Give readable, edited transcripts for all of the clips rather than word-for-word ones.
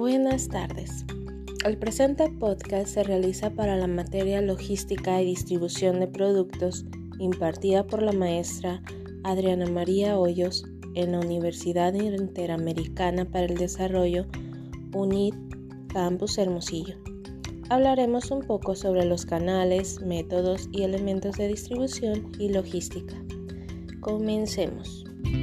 Buenas tardes. El presente podcast se realiza para la materia Logística y Distribución de Productos impartida por la maestra Adriana María Hoyos en la Universidad Interamericana para el Desarrollo UNID Campus Hermosillo. Hablaremos un poco sobre los canales, métodos y elementos de distribución y logística. Comencemos.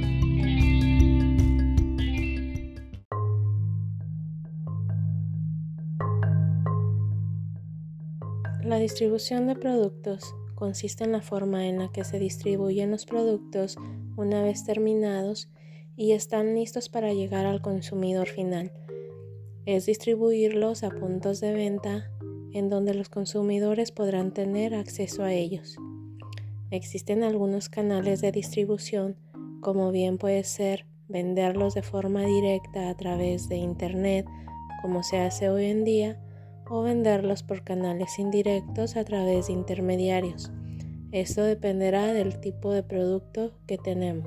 La distribución de productos consiste en la forma en la que se distribuyen los productos una vez terminados y están listos para llegar al consumidor final. Es distribuirlos a puntos de venta en donde los consumidores podrán tener acceso a ellos. Existen algunos canales de distribución, como bien puede ser venderlos de forma directa a través de Internet, como se hace hoy en día, o venderlos por canales indirectos a través de intermediarios. Esto dependerá del tipo de producto que tenemos.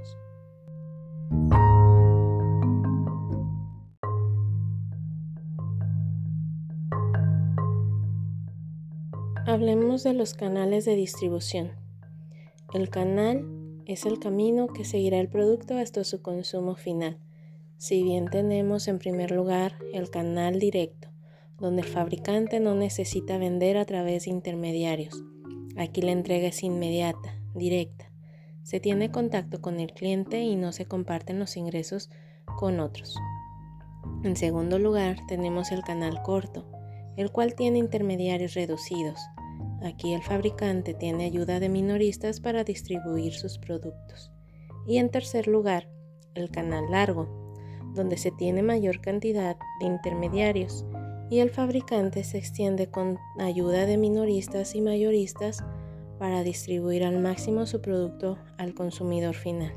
Hablemos de los canales de distribución. El canal es el camino que seguirá el producto hasta su consumo final. Si bien tenemos en primer lugar el canal directo, donde el fabricante no necesita vender a través de intermediarios. Aquí la entrega es inmediata, directa. Se tiene contacto con el cliente y no se comparten los ingresos con otros. En segundo lugar, tenemos el canal corto, el cual tiene intermediarios reducidos. Aquí el fabricante tiene ayuda de minoristas para distribuir sus productos. Y en tercer lugar, el canal largo, donde se tiene mayor cantidad de intermediarios y el fabricante se extiende con ayuda de minoristas y mayoristas para distribuir al máximo su producto al consumidor final.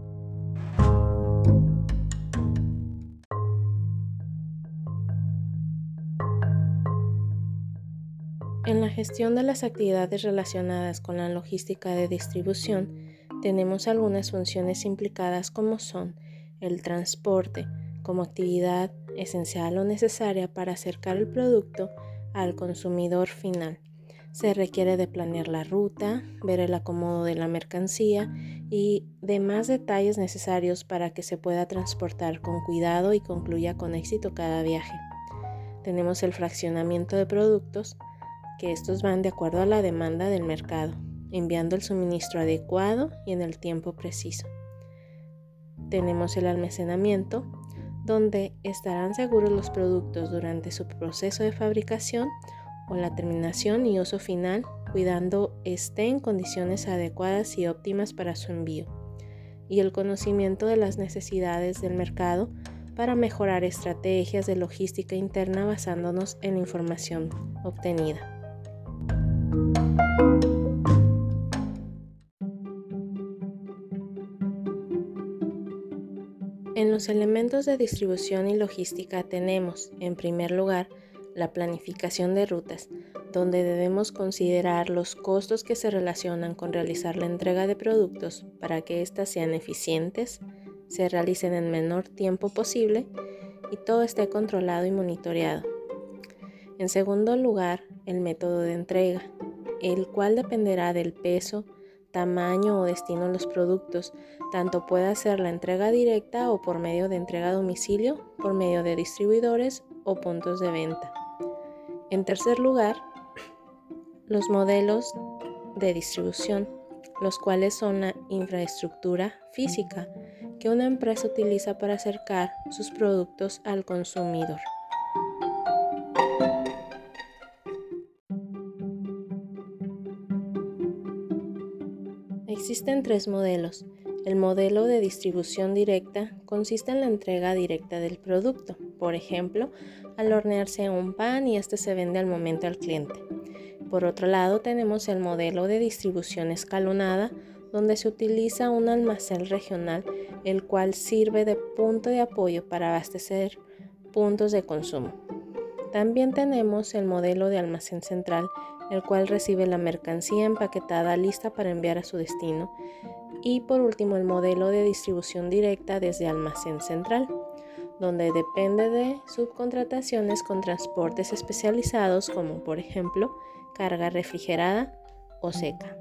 En la gestión de las actividades relacionadas con la logística de distribución, tenemos algunas funciones implicadas como son el transporte, como actividad esencial o necesaria para acercar el producto al consumidor final. Se requiere de planear la ruta, ver el acomodo de la mercancía y demás detalles necesarios para que se pueda transportar con cuidado y concluya con éxito cada viaje. Tenemos el fraccionamiento de productos, que estos van de acuerdo a la demanda del mercado, enviando el suministro adecuado y en el tiempo preciso. Tenemos el almacenamiento, donde estarán seguros los productos durante su proceso de fabricación o la terminación y uso final, cuidando esté en condiciones adecuadas y óptimas para su envío. Y el conocimiento de las necesidades del mercado para mejorar estrategias de logística interna basándonos en la información obtenida. En los elementos de distribución y logística tenemos, en primer lugar, la planificación de rutas, donde debemos considerar los costos que se relacionan con realizar la entrega de productos para que éstas sean eficientes, se realicen en el menor tiempo posible y todo esté controlado y monitoreado. En segundo lugar, el método de entrega, el cual dependerá del peso, tamaño o destino de los productos, tanto puede ser la entrega directa o por medio de entrega a domicilio, por medio de distribuidores o puntos de venta. En tercer lugar, los modelos de distribución, los cuales son la infraestructura física que una empresa utiliza para acercar sus productos al consumidor. Existen tres modelos. El modelo de distribución directa consiste en la entrega directa del producto, por ejemplo, al hornearse un pan y este se vende al momento al cliente. Por otro lado, tenemos el modelo de distribución escalonada, donde se utiliza un almacén regional, el cual sirve de punto de apoyo para abastecer puntos de consumo. También tenemos el modelo de almacén central, el cual recibe la mercancía empaquetada lista para enviar a su destino. Y por último, el modelo de distribución directa desde almacén central, donde depende de subcontrataciones con transportes especializados como por ejemplo carga refrigerada o seca.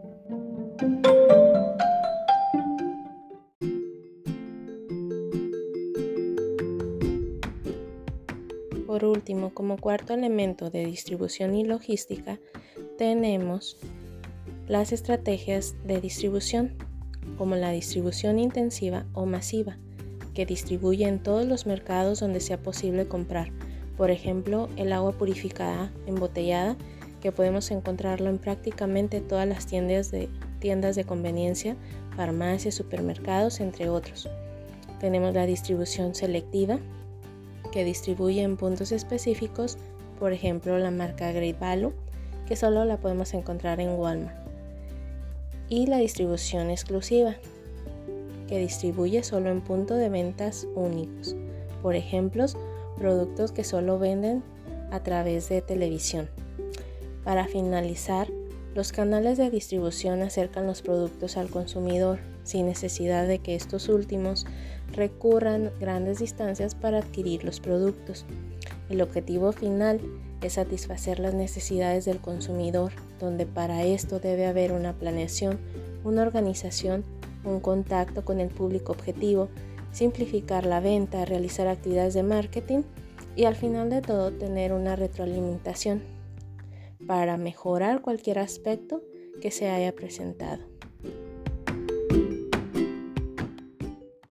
Por último, como cuarto elemento de distribución y logística, tenemos las estrategias de distribución, como la distribución intensiva o masiva, que distribuye en todos los mercados donde sea posible comprar. Por ejemplo, el agua purificada embotellada, que podemos encontrarlo en prácticamente todas las tiendas de conveniencia, farmacias, supermercados, entre otros. Tenemos la distribución selectiva, que distribuye en puntos específicos, por ejemplo la marca Great Value, que solo la podemos encontrar en Walmart. Y la distribución exclusiva, que distribuye solo en puntos de ventas únicos, por ejemplo, productos que solo venden a través de televisión. Para finalizar, los canales de distribución acercan los productos al consumidor sin necesidad de que estos últimos recurran grandes distancias para adquirir los productos. El objetivo final es satisfacer las necesidades del consumidor, donde para esto debe haber una planeación, una organización, un contacto con el público objetivo, simplificar la venta, realizar actividades de marketing y al final de todo tener una retroalimentación para mejorar cualquier aspecto que se haya presentado.